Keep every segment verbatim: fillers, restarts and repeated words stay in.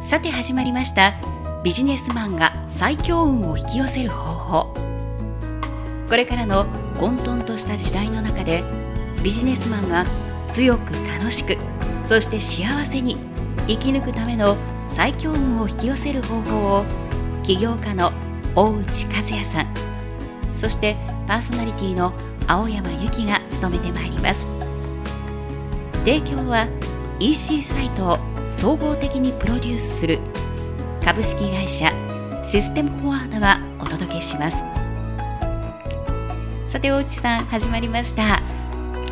さて始まりましたビジネスマンが最強運を引き寄せる方法。これからの混沌とした時代の中でビジネスマンが強く楽しく、そして幸せに生き抜くための最強運を引き寄せる方法を起業家の大内和也さん、そしてパーソナリティの青山由紀が務めてまいります。提供は イーシー サイトを総合的にプロデュースする株式会社システムフォワードがお届けします。さて大内さん、始まりました。 はい、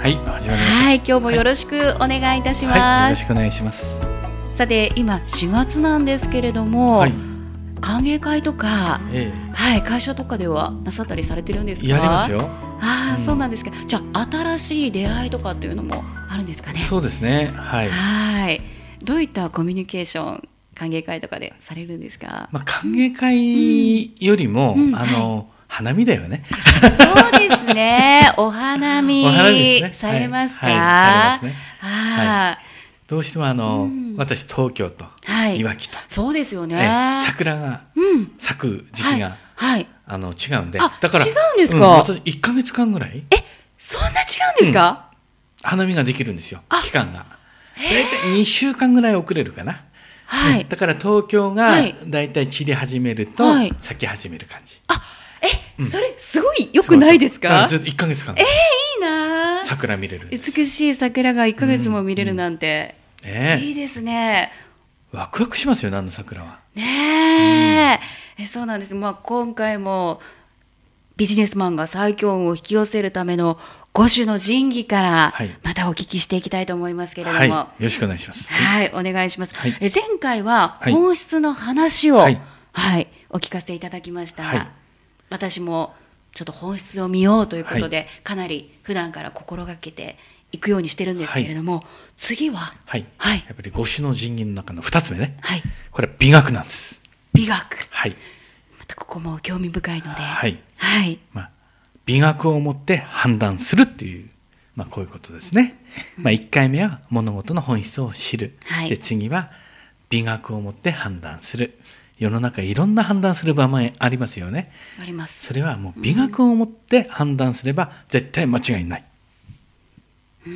始まりました。 はい、今日もよろしくお願いいたします。 はいはい、よろしくお願いします。 さて今しがつなんですけれども、はい、歓迎会とか、ええ、はい、会社とかではなさったりされてるんですか？ やりますよ。 あ、うん、そうなんですか。じゃあ新しい出会いとかっていうのもあるんですかね？ そうですね、はい、 はい。どういったコミュニケーション歓迎会とかでされるんですか？ まあ、歓迎会よりも、うんうん、あの、はい、花見だよね。 そうですね。お花見お花見ですね、 されますか？ はいはい、されますね。 はい、 どうしてもあの、うん、私東京といわきと、 そうですよね、 桜が咲く時期が、はいはい、あの違うんで、 だから違うんですか？ うん、私いっかげつかんぐらい、 え、そんな違うんですか？ うん、花見ができるんですよ、期間が。だいたいにしゅうかんぐらい遅れるかな、はい、だから東京がだいたい散り始めると、はい、咲き始める感じ。 あ、え、うん、それすごい良くないですか？ そうそう、だからずっといっかげつかん、 えー、いいな、 桜見れるんです。 美しい桜がいっかげつも見れるなんて、うんうん、ね、いいですね。 ワクワクしますよね、あの桜はね、うん、え、そうなんです。まあ、今回もビジネスマンが最強運を引き寄せるためのご種の神器からまたお聞きしていきたいと思いますけれども、はい、 よろしくお願いします。 はい、お願いします。はい、え前回は本質の話を、はいはい、お聞かせいただきました、はい、私もちょっと本質を見ようということで、はい、かなり普段から心がけていくようにしてるんですけれども、はい、次は、 はいはい、やっぱりご種の神器の中のふたつめね、はい、これは美学なんです。 美学、 はい、 またここも興味深いので、 はいはい、 まあ、美学をもって判断するっていう、まあ、こういうことですね、うん、まあ、いっかいめは物事の本質を知る、はい、で次は美学をもって判断する。世の中いろんな判断する場面ありますよね。 あります。 それはもう美学をもって判断すれば絶対間違いない、うん、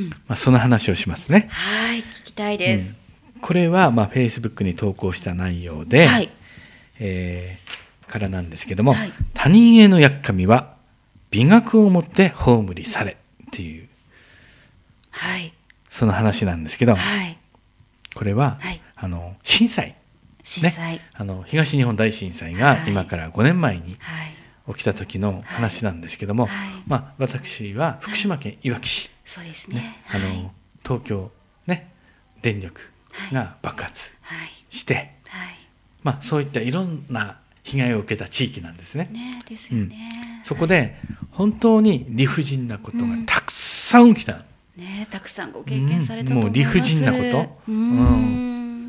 まあ、その話をしますね。 はい、聞きたいです、 うん、これはまあ Facebook に投稿した内容で、はい、えー、からなんですけども、はい、他人へのやっかみは美学をもって葬りされっていう、はい、その話なんですけど、はい、これは、はい、あの震災震災、 ね、あの東日本大震災が今からごねんまえに起きた時の話なんですけども、はいはい、まあ、私は福島県いわき市、 そうですね、 あの東京、ね、電力が爆発して、はいはい、まあ、そういったいろんな被害を受けた地域なんですね。 ね、ですよね、 うん、そこで本当に理不尽なことがたくさん起きた、うん、 ね、たくさんご経験されたと思います、うん、 もう理不尽なこと、うん、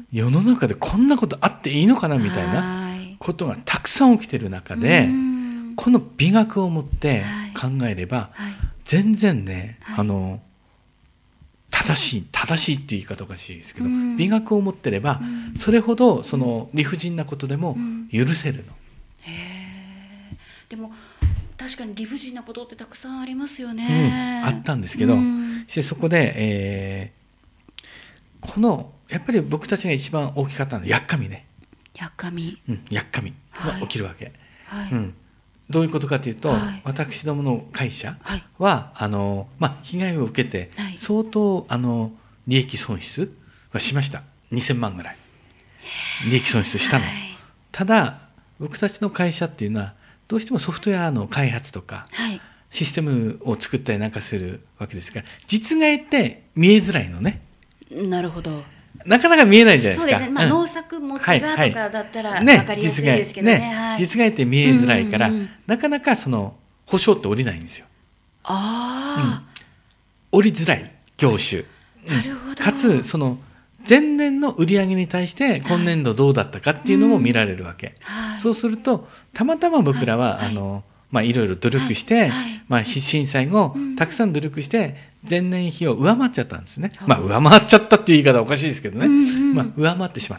世の中でこんなことあっていいのかなみたいなことがたくさん起きてる中で、この美学を持って考えれば、はいはい、全然ね、はい、あの正しい正しいっていう言い方おかしいですけど、美学を持ってればそれほどその理不尽なことでも許せるの。 へー、でも確かに理不尽なことってたくさんありますよね、 うん、あったんですけど、うん、してそこで、えー、このやっぱり僕たちが一番大きかったのはやっかみね。 やっかみ、 うん、やっかみが起きるわけ、 はい、 うん、どういうことかというと、はい、私どもの会社は、はい、あのまあ、被害を受けて相当、はい、あの利益損失はしました。にせんまんぐらい利益損失したの、はい、ただ僕たちの会社っていうのはどうしてもソフトウェアの開発とか、はい、システムを作ったりなんかするわけですから、実害って見えづらいのね。 なるほど、 なかなか見えないじゃないですか。 そうですね、まあ、うん、農作物がとかだったら分かりやすいですけどね、 ね、はい、実害って見えづらいから、うんうんうん、なかなかその保証って降りないんですよ。 あ、 うん、降りづらい業種、 なるほど、 かつその前年の売り上げに対して今年度どうだったかっていうのも見られるわけ、はい、そうするとたまたま僕らは、はい、あのまあ、いろいろ努力して、はいはい、まあ、震災後、うん、たくさん努力して前年比を上回っちゃったんですね、まあ、上回っちゃったっていう言い方はおかしいですけどね、うんうん、まあ、上回ってしまった、はい、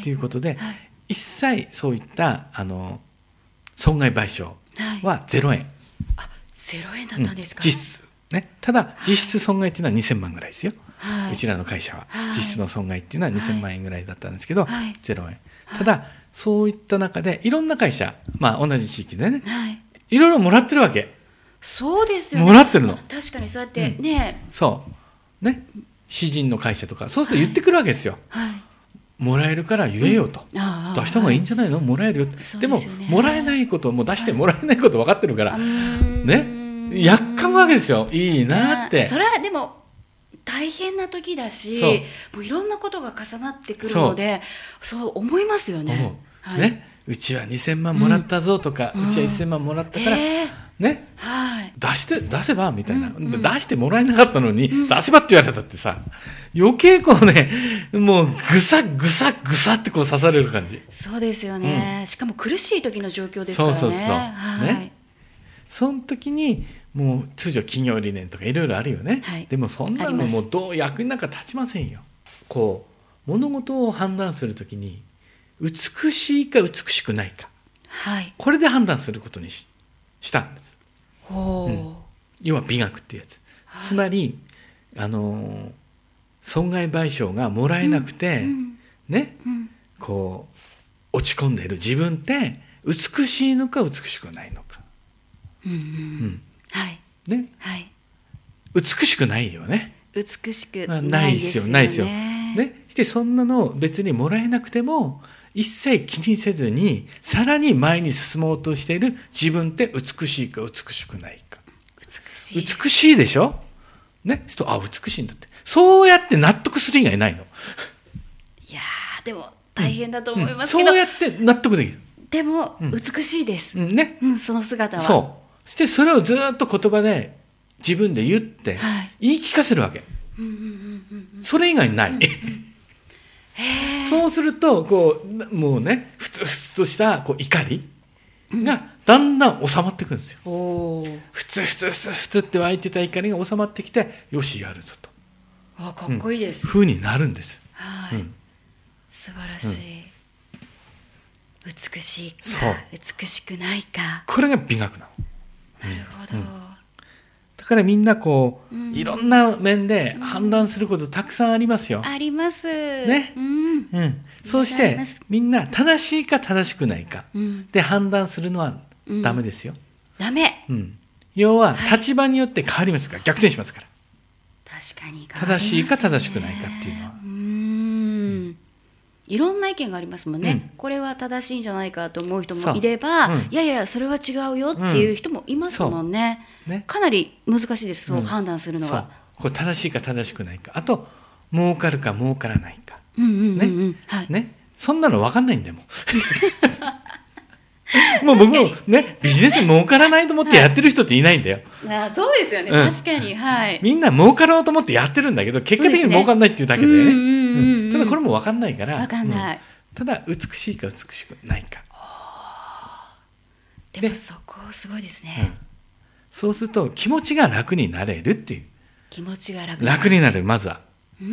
っていうことで、はい、一切そういったあの損害賠償はゼロえん、はい、 あゼロえんだったんですか、 うん、実質ね、ただ実質損害っていうのはにせんまんぐらいですよ、はい、うちらの会社は、はい、実質の損害っていうのはにせんまんえんぐらいだったんですけど、はい、ゼロえん、ただそういった中でいろんな会社、まあ、同じ地域でね、はい、いろいろもらってるわけ。 そうですよね、 もらってるの。 確かにそうやってね、 うん、そうね、詩人の会社とかそうすると言ってくるわけですよ、はいはい、もらえるから言えよと、うん、出した方がいいんじゃないの、はい、もらえるよって。 で, でももらえないことも出してもらえないこと分かってるから、はい、ね、やっかむわけですよ。いいなって。 それはでも大変な時だし、もういろんなことが重なってくるので、そう、そう思いますよね。 はい、ね、うちはにせんまんもらったぞとか、うん、うちはいっせんまんもらったから、えー、ね、はい、出して出せばみたいな、うんうん、出してもらえなかったのに、うん、出せばって言われたってさ、余計こうね、もうぐさぐさぐさってこう刺される感じ。 そうですよね、うん、しかも苦しい時の状況ですからね。 そうそうそう、はい、ね、その時にもう通常企業理念とかいろいろあるよね、はい、でもそんなのもうどう役になんか立ちませんよ。こう物事を判断するときに美しいか美しくないか、はい、これで判断することに し, したんです。ほう、うん、要は美学っていうやつ、はい、つまりあの損害賠償がもらえなくて、うん、ね、うん、こう落ち込んでいる自分って美しいのか美しくないのか、うんうんうん、はいね、はい、美しくないよね。 美しくないですよね。ないですよ、ないですよ、 ね、してそんなの別にもらえなくても一切気にせずにさらに前に進もうとしている自分って美しいか美しくないか。美しい、美しいでしょ、ね、ちょっとあ美しいんだって、そうやって納得する以外ないの。 いやでも大変だと思いますけど、 うんうん、そうやって納得できる。 でも美しいです、 うんね、 うん、その姿は。 そうそしてそれをずっと言葉で自分で言って言い聞かせるわけ、それ以外ない、うんうん、そうするとこうもうねふつふつとしたこう怒りがだんだん収まってくるんですよ、うん、ふつふつふつふつって湧いてた怒りが収まってきて、よしやるぞと、 あかっこいいです、 うん、風になるんです。 はい、うん、素晴らしい、うん、美しいか美しくないか、 これが美学なの。 なるほど、うん、 だからみんなこう、うん、いろんな面で判断することたくさんありますよ、 うん、ありますね、うんうん、そうしてみんな正しいか正しくないかで判断するのはダメですよ、 うん、ダメ、 うん、要は立場によって変わりますから、はい、逆転しますから。 確かに、ね、 正しいか正しくないかっていうのは、 うーん、いろんな意見がありますもんね、うん、これは正しいんじゃないかと思う人もいれば、うん、いやいやそれは違うよっていう人もいますもんね、うんね、かなり難しいです、そう判断するのは、 うん、これ正しいか正しくないか、あと儲かるか儲からないか、 うんうんうんうん、ね、はいね、そんなの分かんないんだよもうもう僕もねビジネス儲からないと思ってやってる人っていないんだよ、 はい、あそうですよね、うん、確かに、はい、 みんな儲かろうと思ってやってるんだけど結果的に儲かんないっていうだけでね、うんうんうんうん、ただこれも分かんないから分かんない、 うん、ただ美しいか美しくないか、 でもそこすごいですね、 うん、そうすると気持ちが楽になれるっていう、 気持ちが楽, 楽になる、まずはうん、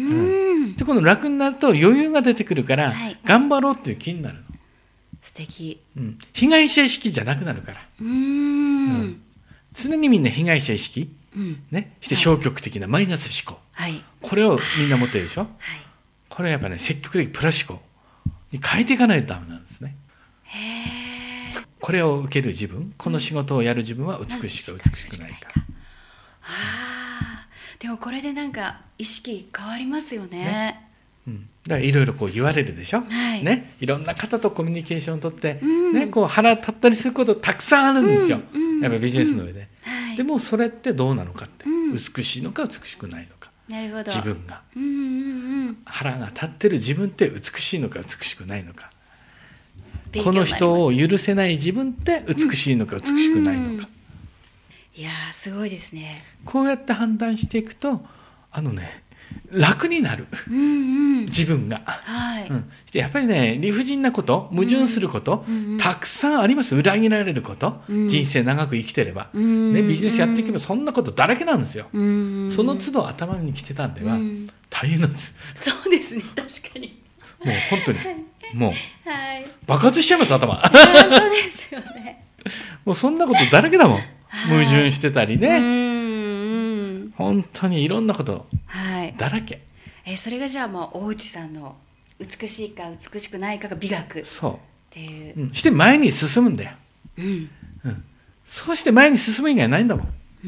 でこの楽になると余裕が出てくるから、はい、頑張ろうっていう気になるの。 素敵、 うん、被害者意識じゃなくなるから、うーん、うん、常にみんな被害者意識、うんね、して消極的なマイナス思考、はい、これをみんな持ってるでしょ、はい、これはやっぱね積極的プラス思考に変えていかないとダメなんですね。へー、これを受ける自分、この仕事をやる自分は美しいか美しくないか、うん、 あでもこれでなんか意識変わりますよ ね, ね、 うん、だからいろいろこう言われるでしょ、はいね、いろんな方とコミュニケーションをとって、うんね、こう腹立ったりすることたくさんあるんですよ、うんうん、やっぱりビジネスの上で、うんはい、でもそれってどうなのかって、うん、美しいのか美しくないのか、 なるほど、 自分が、 うんうんうん、 腹が立ってる自分って美しいのか美しくないのか、この人を許せない自分って美しいのか美しくないのか、うんうん、 いやすごいですね。 こうやって判断していくとあのね楽になる、うんうん、自分が、はいうん、やっぱりね理不尽なこと矛盾すること、うんうんうん、たくさんあります。裏切られること、うん、人生長く生きてれば、うんね、ビジネスやっていけばそんなことだらけなんですよ、うん、その都度頭に来てたんでは、うん、大変なんです。 そうですね、確かにもう本当に、はい、 もう、 はい、 爆発しちゃいます頭。 本当ですよね。 もうそんなことだらけだもん。矛盾してたりね。 うん、 本当にいろんなことだらけ。 はい、えそれがじゃあもう大内さんの美しいか美しくないかが美学っていう。 そう、うん、して前に進むんだよ。 うんうん、そうして前に進む以外ないんだもん。 うん、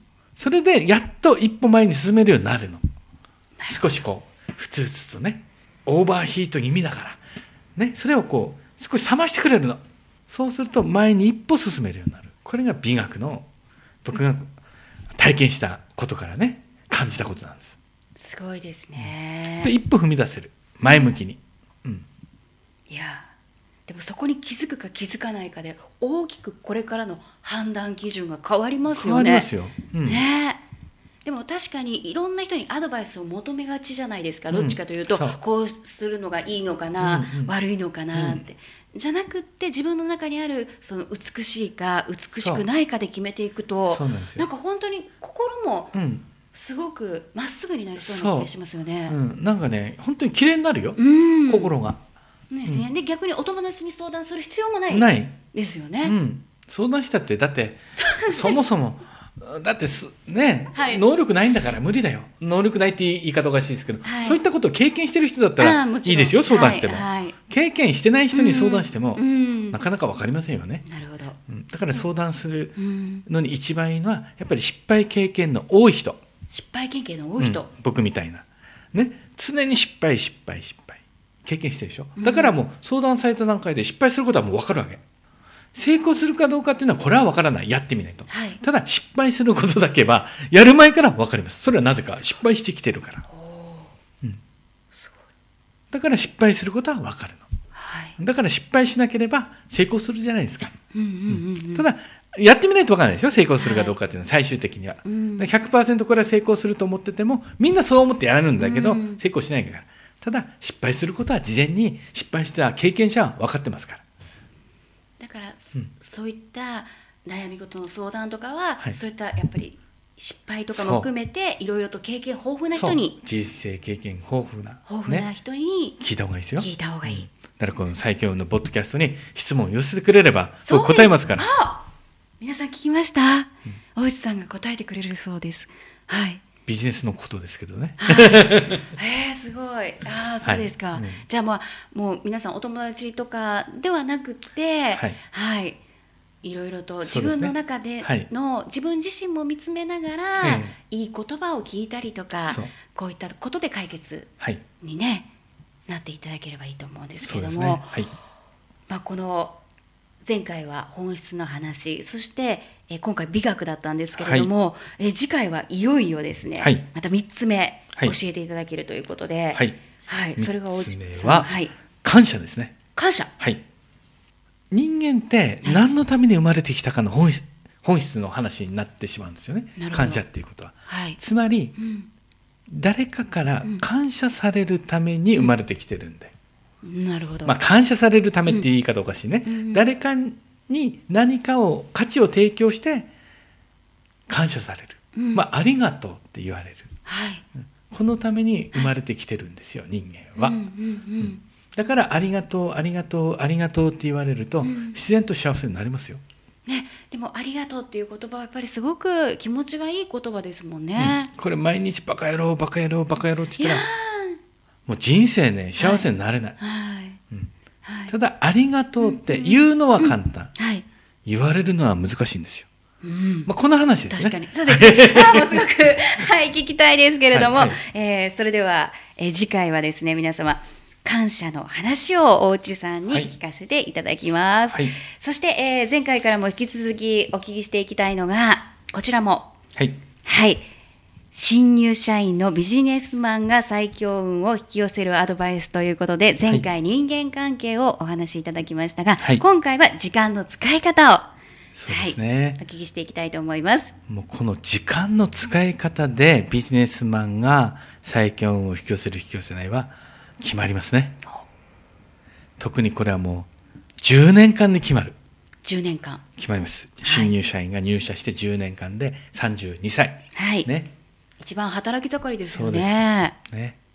それでやっと一歩前に進めるようになるの。少しこうふつふつとね、オーバーヒート気味だからね、それをこう少し冷ましてくれるの。そうすると前に一歩進めるようになる。これが美学の僕が体験したことからね感じたことなんです。 すごいですね。 一歩踏み出せる、前向きに、うん、 いやでもそこに気づくか気づかないかで大きくこれからの判断基準が変わりますよね。 変わりますよ、うん、 ね。でも確かにいろんな人にアドバイスを求めがちじゃないですか。どっちかというと、うん、こうするのがいいのかな、うんうん、悪いのかなって、うん、じゃなくって自分の中にあるその美しいか美しくないかで決めていくと、そうなんですよ。なんか本当に心もすごくまっすぐになりそうな気がしますよね。 うん、なんかね本当に綺麗になるよ、うん、心が。 ですね、うん、で逆にお友達に相談する必要もないですよね。 うん、相談したってだってそもそもだってす、ね、 はい、 能力ないんだから無理だよ。能力ないって言い方おかしいですけど、はい、そういったことを経験してる人だったらいいですよ、相談しても、はいはい、経験してない人に相談しても、うん、なかなか分かりませんよね。 なるほど、 うん、だから相談するのに一番いいのはやっぱり失敗経験の多い人。 失敗経験の多い人、 うん、僕みたいな、ね、常に失敗失敗失敗経験してるでしょ。だからもう相談された段階で失敗することはもう分かるわけ。成功するかどうかっていうのはこれは分からない、やってみないと、はい、ただ失敗することだけはやる前から分かります。それはなぜか失敗してきてるから、うん、すごい。だから失敗することは分かるの、はい、だから失敗しなければ成功するじゃないですか、うんうんうんうん、ただやってみないと分からないですよ、成功するかどうかっていうのは最終的には、はい、ひゃくパーセント これは成功すると思っててもみんなそう思ってやるんだけど、うん、成功しないから。ただ失敗することは事前に失敗した経験者は分かってますから。 だから、うん、そういった悩み事の相談とかは、はい、そういったやっぱり失敗とかも含めていろいろと経験豊富な人に、 人生経験豊富な豊富な人に、 ね、聞いた方がいいですよ。 聞いた方がいい、うん、 だからこの最強のポッドキャストに質問を寄せてくれれば僕答えますから。 あ、皆さん聞きました、うん、大内さんが答えてくれるそうです。はい、 ビジネスのことですけどね、 はい、えー、すごい。ああ、そうですか、はい、うん、じゃあ、まあ、もう皆さんお友達とかではなくて、はい、はい、いろいろと自分の中での、はい、自分自身も見つめながら、えー、いい言葉を聞いたりとか、こういったことで解決に、ね、はい、なっていただければいいと思うんですけれども、ね、はい、まあ、この前回は本質の話、そしてえ今回美学だったんですけれども、はい、え次回はいよいよですね、はい、またみっつめ教えていただけるということで、はいはい、それが大内さん、みっつめは感謝ですね。 感謝、 はい、人間って何のために生まれてきたかの本質、本質の話になってしまうんですよね、感謝っていうことは、はい、つまり、うん、誰かから感謝されるために生まれてきてるんで、 うん、なるほど、 まあ、感謝されるためっていう言い方おかしいね、うん、誰かに何かを価値を提供して感謝される、うん、まあ、ありがとうって言われる、はい、このために生まれてきてるんですよ、人間は、うんうんうんうん、だからありがとうありがとうありがとうって言われると、うん、自然と幸せになりますよ、 ね、でもありがとうっていう言葉はやっぱりすごく気持ちがいい言葉ですもんね、 うん、これ毎日バカ野郎バカ野郎バカ野郎って言ったらもう人生ね幸せになれない、はいはい、うん、はい、ただありがとうって言うのは簡単、うんうん、はい、言われるのは難しいんですよ、うん、まあ、この話ですね。 確かにそうですねあもうすごく、はい、聞きたいですけれども、はいはい、えー、それでは、えー、次回はですね、皆様感謝の話を大内さんに聞かせていただきます、はいはい、そして、えー、前回からも引き続きお聞きしていきたいのがこちらも、はい、はい、新入社員のビジネスマンが最強運を引き寄せるアドバイスということで、前回人間関係をお話しいただきましたが、はい、今回は時間の使い方を、 そうですね、 はい、お聞きしていきたいと思います。 もうこの時間の使い方でビジネスマンが最強運を引き寄せる引き寄せないは決まりますね。特にこれはもうじゅうねんかんで決まる。 じゅうねんかん決まります、はい、新入社員が入社してじゅうねんかんでさんじゅうにさい、 はい、ね、一番働き盛りですよね。 そうですね。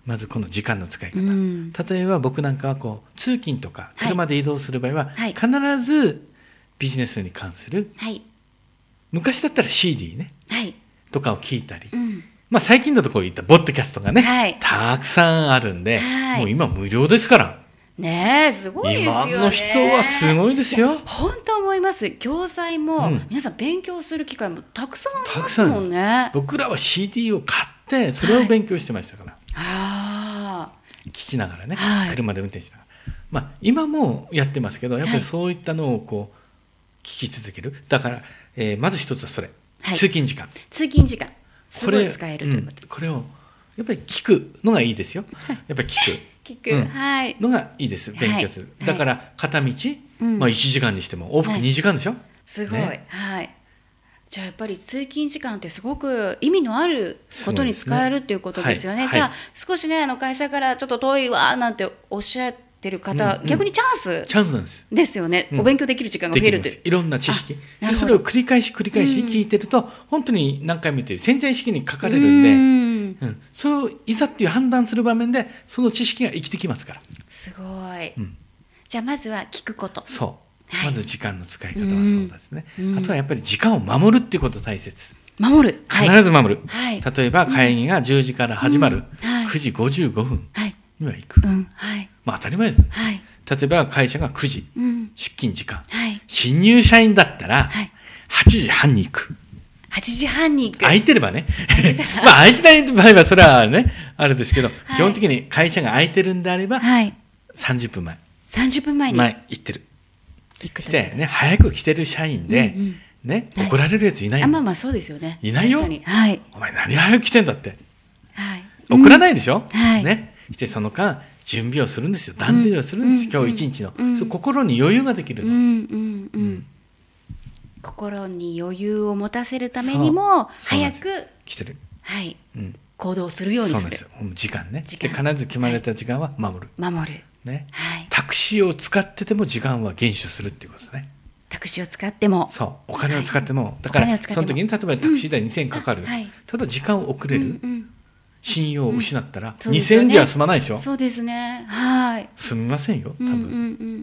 まずこの時間の使い方、うん、例えば僕なんかはこう通勤とか車で移動する場合は、はい、必ずビジネスに関する、はい、昔だったら シーディー ね、はい、とかを聞いたり、うんまあ、最近だとこういったポッドキャストがね、はい、たくさんあるんで、はい、もう今無料ですからねえすごいですよね。 今の人はすごいですよ。 本当思います。教材も、うん、皆さん勉強する機会もたくさんありますもんね。 僕らは シーディー を買ってそれを勉強してましたから、 はい、 聞きながらね、はい、車で運転しながら、まあ、今もやってますけどやっぱりそういったのをこう聞き続ける。だから、えー、まず一つはそれ、はい、通勤時間通勤時間すごい使えるということ、 うん、これをやっぱり聞くのがいいですよ。やっぱり聞く聞く、うんはい、 のがいいです。勉強する、はい、だから片道、うんまあ、いちじかんにしても往復にじかんでしょ、はい、 すごい、ねはい、じゃあやっぱり通勤時間ってすごく意味のあることに使えるっていうことですよね。じゃあ、はい、少しねあの会社からちょっと遠いわなんておっしゃってる方、うんうん、逆にチャンスチャンスなんですですよね、うん、お勉強できる時間が増えるといういろんな知識それを繰り返し繰り返し聞いてると、うん、本当に何回も言ってる潜在意識に書かれるんで、うんうん、そういざっていう判断する場面でその知識が生きてきますから。 すごい、うん、じゃあまずは聞くこと。 そう、はい、まず時間の使い方はそうですね、うん、あとはやっぱり時間を守るっていうこと大切。 守る、 必ず守る、はい、例えば会議がじゅうじから始まる、うんはい、くじごじゅうごふんには行く、うんはいまあ、当たり前です、はい、例えば会社がくじ、うん、出勤時間、はい、新入社員だったらはちじはんに行く。 はちじはんに行く。 空いてればね。まあ空いてない場合はそれはね、あれですけど、はい、基本的に会社が空いてるんであれば、はい、さんじゅっぷんまえ。 さんじゅっぷんまえに。 前行ってる。行くとしてね、早く来てる社員で、うんうんね、怒られるやついないの、 はい、あまあまあそうですよね。 いないよ。 確かにはい、 お前何早く来てんだって。はい、怒らないでしょ、うんはい、ね。してその間、準備をするんですよ。段取りをするんです、うん、今日一日の、うん、そう心に余裕ができるの。うんうんうんうん心に余裕を持たせるためにも早く来てる、 はいうん、行動するようにする。そうなんですよ。 時間ね。時間で必ず決まれた時間は守る、 はい、守る、 ねはい、タクシーを使ってても時間は厳守するっていうことですね。 タクシーを使ってもそうお金を使っても、はい、だからその時に例えばタクシー代にせんえんかかる、うんはい、ただ時間を遅れる、うんうん、信用を失ったら、うん、にせんえんじゃ済まないでしょ。 そうですねはい済みませんよ多分。うんうんうんうんうん、うん、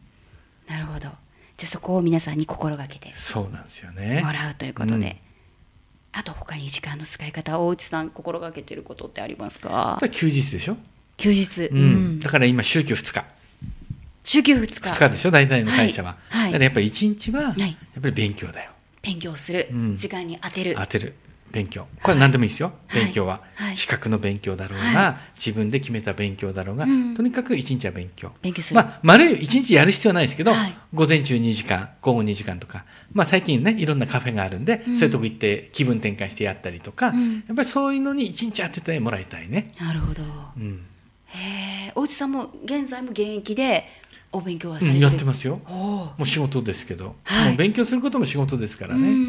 なるほど。じゃあそこを皆さんに心がけてそうなんですよねもらうということで、うん、あと他に時間の使い方大内さん心がけていることってありますか。 休日でしょ。 休日、 うんうん、だから今週休ふつか週休ふつかふつかでしょ大体の会社は、はいはい、だからやっぱりいちにちはやっぱり勉強だよ。 勉強する、うん、時間に当てる当てる勉強これ何でもいいですよ、はい、勉強は、はい、資格の勉強だろうが、はい、自分で決めた勉強だろうが、うん、とにかくいちにちは勉強勉強する、 まあ、丸いちにちやる必要はないですけど、はい、午前中にじかん午後にじかんとか、まあ、最近ねいろんなカフェがあるんで、うん、そういうとこ行って気分転換してやったりとか、うん、やっぱりそういうのにいちにち当ててもらいたいね。 なるほど、うん、へえ。大内さんも現在も現役でお勉強はされてる、 うん、やってますよ。もう仕事ですけど、はい、もう勉強することも仕事ですからね、うんうんうん、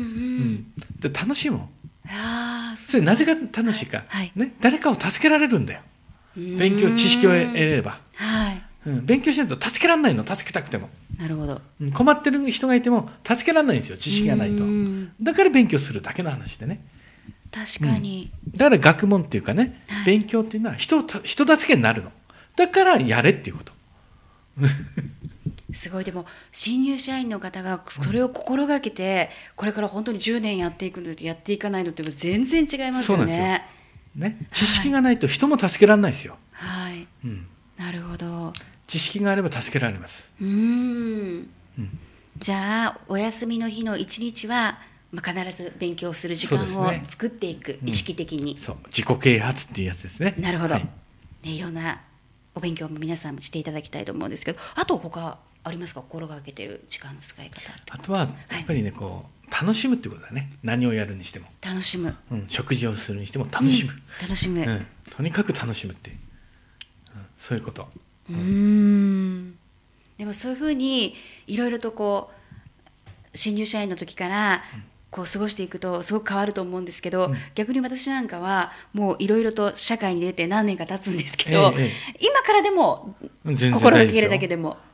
で楽しいもん。あそれなぜが楽しいか、はいね、誰かを助けられるんだよ。勉強知識を得れば、はいうん、勉強しないと助けられないの。助けたくても。 なるほど。 困ってる人がいても助けられないんですよ知識がないと。だから勉強するだけの話でね。 確かに、 うん、だから学問っていうかね、はい、勉強っていうのは 人, 人助けになるの。だからやれっていうことすごい。でも新入社員の方がそれを心がけてこれから本当にじゅうねんやっていくのとやっていかないのって全然違いますよね。そうなんですよ、 ね、知識がないと人も助けられないですよ。 はい、うん、なるほど。 知識があれば助けられます。うーん、 うん、じゃあお休みの日の一日は、まあ、必ず勉強する時間を作っていく、ねうん、意識的に。 そう自己啓発っていうやつですね。 なるほど、はいね、いろんなお勉強も皆さんもしていただきたいと思うんですけど、あと他ありますか心がけてる時間の使い方。 あとはやっぱりね、はい、こう楽しむってことだね。何をやるにしても楽しむ、 うん、食事をするにしても楽しむ、うん、 楽しむ、うん、 とにかく楽しむっていう、うん、そういうこと。 うーんでもそういうふうにいろいろとこう新入社員の時からこう過ごしていくとすごく変わると思うんですけど、うん、逆に私なんかはもういろいろと社会に出て何年か経つんですけど、ええええ、今からでも心がけるだけでも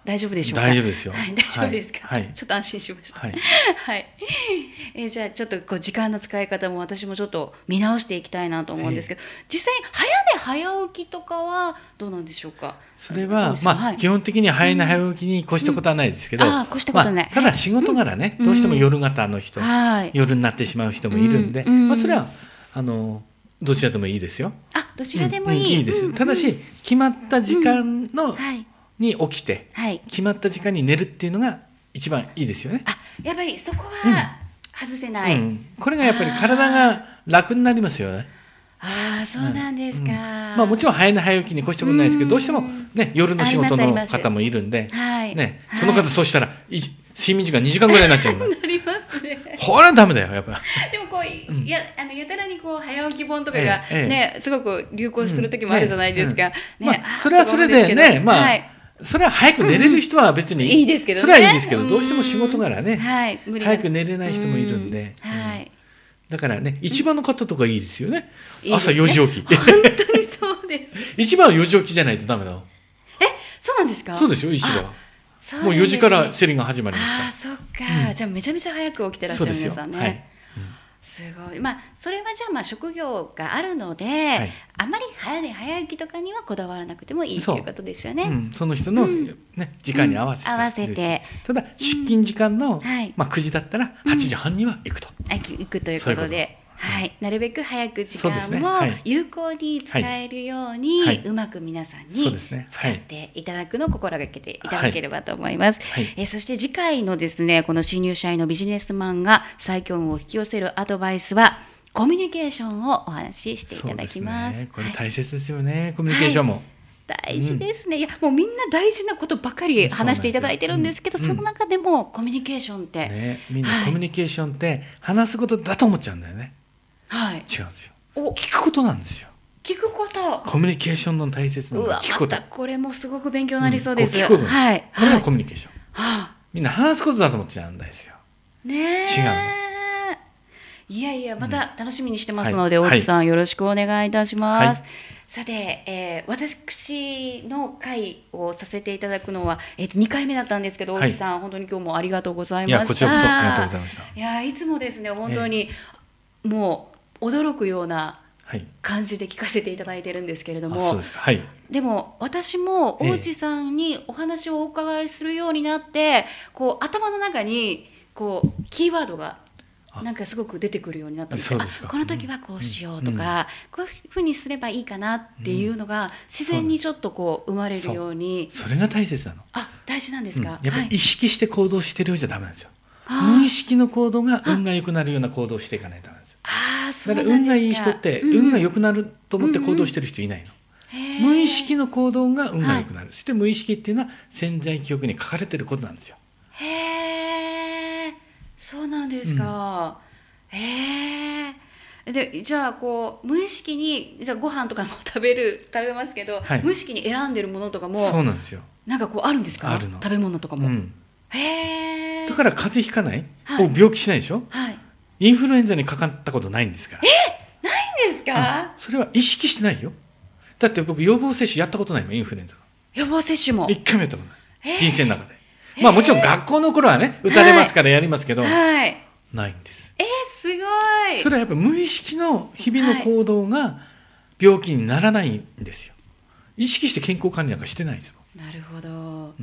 大丈夫でしょうか。 大丈夫ですよ。 はい、大丈夫ですか、 はい、 ちょっと安心しました。 はい。 はい、えー、じゃあちょっとこう時間の使い方も私もちょっと見直していきたいなと思うんですけど、えー、実際早寝早起きとかはどうなんでしょうか。 それは、まあはい、基本的には早寝早起きに越したことはないですけど、 うん、あ越したことない、まあ、 ただ仕事柄ね、うん、どうしても夜型の人、うん、夜になってしまう人もいるんで、うん、まあ、それはあのどちらでもいいですよ。 あ、どちらでもいい、 うんうん、いいです、うんうん、ただし決まった時間の、うんはい、に起きて、はい、決まった時間に寝るっていうのが一番いいですよね。 あ、やっぱりそこは外せない、 うんうん、これがやっぱり体が楽になりますよね。 ああ、そうなんですか、うんうん、 まあ、もちろん早寝早起きに越したことないですけど、どうしても、ね、夜の仕事の方もいるんで、はいね、その方、はい、そうしたら睡眠時間にじかんぐらいになっちゃうんだなりますね。 これはダメだよやっぱ。 でもこう、うん、や, あのやたらにこう早起き本とかが、ええねえ、すごく流行する時もあるじゃないですか、うんね、 まあ、それはそれでね、まあ、はい、それは早く寝れる人は別に、 うん、いいですけどね、 それはいいですけど、どうしても仕事柄ね、 はい、 早く寝れない人もいるんで、 うんはい、 だからね、市場の方とかいいですよね、うん、朝よじ起き。 本当にそうです。 市場はよじ起きじゃないとダメだ。 え、そうなんですか。 そうですよ、市場は。そうですね、もうよじから競りが始まりますから。 ああ、そっか、うん、じゃあめちゃめちゃ早く起きてらっしゃる皆さんね。はい、うん、すごい。まあそれはじゃあまあ職業があるので、はい、あまり早寝早起きとかにはこだわらなくてもいいということですよね。 そ,、うん、その人の、ねうん、時間に合わせて、 うん、合わせて、 ただ出勤時間の、 うんはいまあ、くじだったらはちじはんには行くと、 うん、行くということで、はい、なるべく早く時間も有効に使えるように、はい、うまく皆さんに使っていただくのを心がけていただければと思います、はいはい、えそして次回のですね、この新入社員のビジネスマンが最強運を引き寄せるアドバイスはコミュニケーションをお話ししていただきます。 そうですね、これ大切ですよね、はい、コミュニケーションも、 大事ですね、うん、いやもうみんな大事なことばかり話していただいてるんですけど、 そ, その中でもコミュニケーションって、 ね、みんなコミュニケーションって話すことだと思っちゃうんだよね、はい、違うんですよ。聞くことなんですよ。 聞くこと、 コミュニケーションの大切なのは聞くこと。 うわ、またこれもすごく勉強になりそうです、 うん、聞くことなんです、 はい、 これがコミュニケーション、 はい、 みんな話すことだと思っちゃうんですよ、 ね、え違うの。 いやいや、また楽しみにしてますので、うん、大地さん、はい、よろしくお願いいたします、はい、さて、えー、私の会をさせていただくのは、えー、とにかいめだったんですけど、大地さん、はい、本当に今日もありがとうございました。 いや、こちらこそありがとうございました。 いや、いつもですね、本当に、えー、もう驚くような感じで聞かせていただいてるんですけれども、 はい、そうですか、はい、 でも私も大地さんにお話をお伺いするようになって、えー、こう頭の中にこうキーワードがなんかすごく出てくるようになったんですよ。あ、この時はこうしようとか、うんうん、こういうふうにすればいいかなっていうのが自然にちょっとこう生まれるように、 うん、そ, それが大切なの。 あ、大事なんですか、 うん、やっぱり意識して行動してるようじゃダメなんですよ、はい、無意識の行動が運が良くなるような行動をしていかないとダメなんですよ。 あ、そうなだんですか。 から運がいい人って、うん、運が良くなると思って行動してる人いないの、うんうん、無意識の行動が運が良くなる、はい、そして無意識っていうのは潜在記憶に書かれてることなんですよ。 へー、そうなんですか、うん、へー。でじゃあこう無意識にじゃあご飯とかも食べる食べますけど、はい、無意識に選んでるものとかもそうなんですよ。 なんかこうあるんですか。 あるの、 食べ物とかも、うん、 へー。だから風邪ひかない、はい、病気しないでしょ、はい、インフルエンザにかかったことないんですから。 え、ないんですか。 それは意識してないよ。だって僕予防接種やったことないもん、インフルエンザの予防接種も一回もやったことない、人生の中で。まあもちろん学校の頃はね打たれますからやりますけど、はいはい、ないんです。 えー、すごい。 それはやっぱり無意識の日々の行動が病気にならないんですよ。意識して健康管理なんかしてないですもん。 なるほど、うん、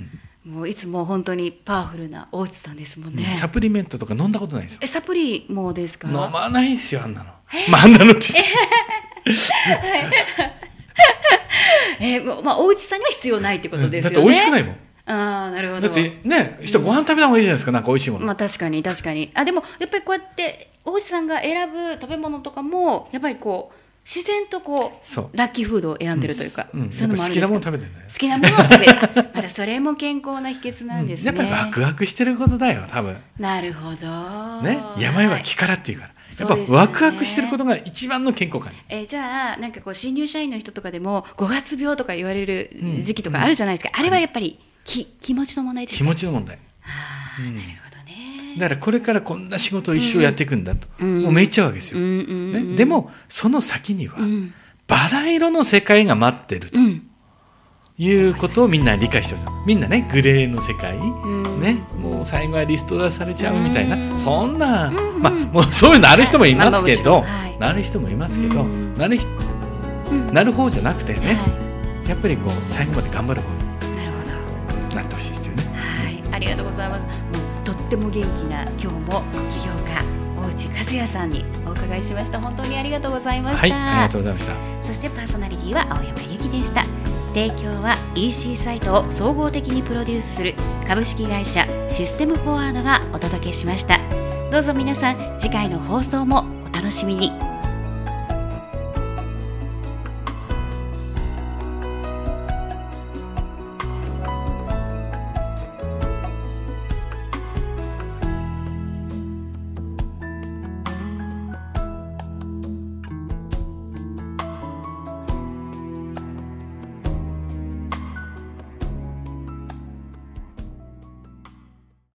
もういつも本当にパワフルな大内さんですもんね、 うん、サプリメントとか飲んだことないですよ。 え、サプリもですか。 飲まないですよ、あんなの。まああんなのって言ってえーまあ、大内さんには必要ないってことですよね、うん、 だって美味しくないもん。 あ、なるほど。 だってね、人ご飯食べた方がいいじゃないですか、なんか美味しいもの。 まあ確かに確かに。あ、でもやっぱりこうやって大内さんが選ぶ食べ物とかもやっぱりこう自然とこうラッキーフードを選んでるというか、 うんうん、 そういうのもあるんですか。 好きなもの食べてるね。 好きなものを食べる。またそれも健康な秘訣なんですね、 うん、やっぱりワクワクしてることだよ、多分。 なるほど、 ね、病は気からっていうから、はい、やっぱワクワクしてることが一番の健康感。 えー、じゃあなんかこう新入社員の人とかでもごがつ病とか言われる時期とかあるじゃないですか、うん、あれはやっぱりき気持ちの問題ですか。 気持ちの問題。 あ、うん、なるほどね。 だからこれからこんな仕事を一生やっていくんだと、うん、もうめいっちゃうわけですよ、うんうんうん、ね、でもその先には、うん、バラ色の世界が待ってるといいうことをみんな理解してほしい。みんなねグレーの世界、ね、もう最後はリストラされちゃうみたいな、そんな、まあ、もうそういうのある人もいますけど、なる人もいますけど、なる人なる方じゃなくてね、やっぱりこう最後まで頑張る方になってほしいですよね。 はい、ありがとうございます。もうとっても元気な今日も起業家大内和也さんにお伺いしました。本当にありがとうございました。 はい、ありがとうございました。 そしてパーソナリティは青山由紀でした。提供は イーシー サイトを総合的にプロデュースする株式会社システムフォワードがお届けしました。どうぞ皆さん次回の放送もお楽しみに。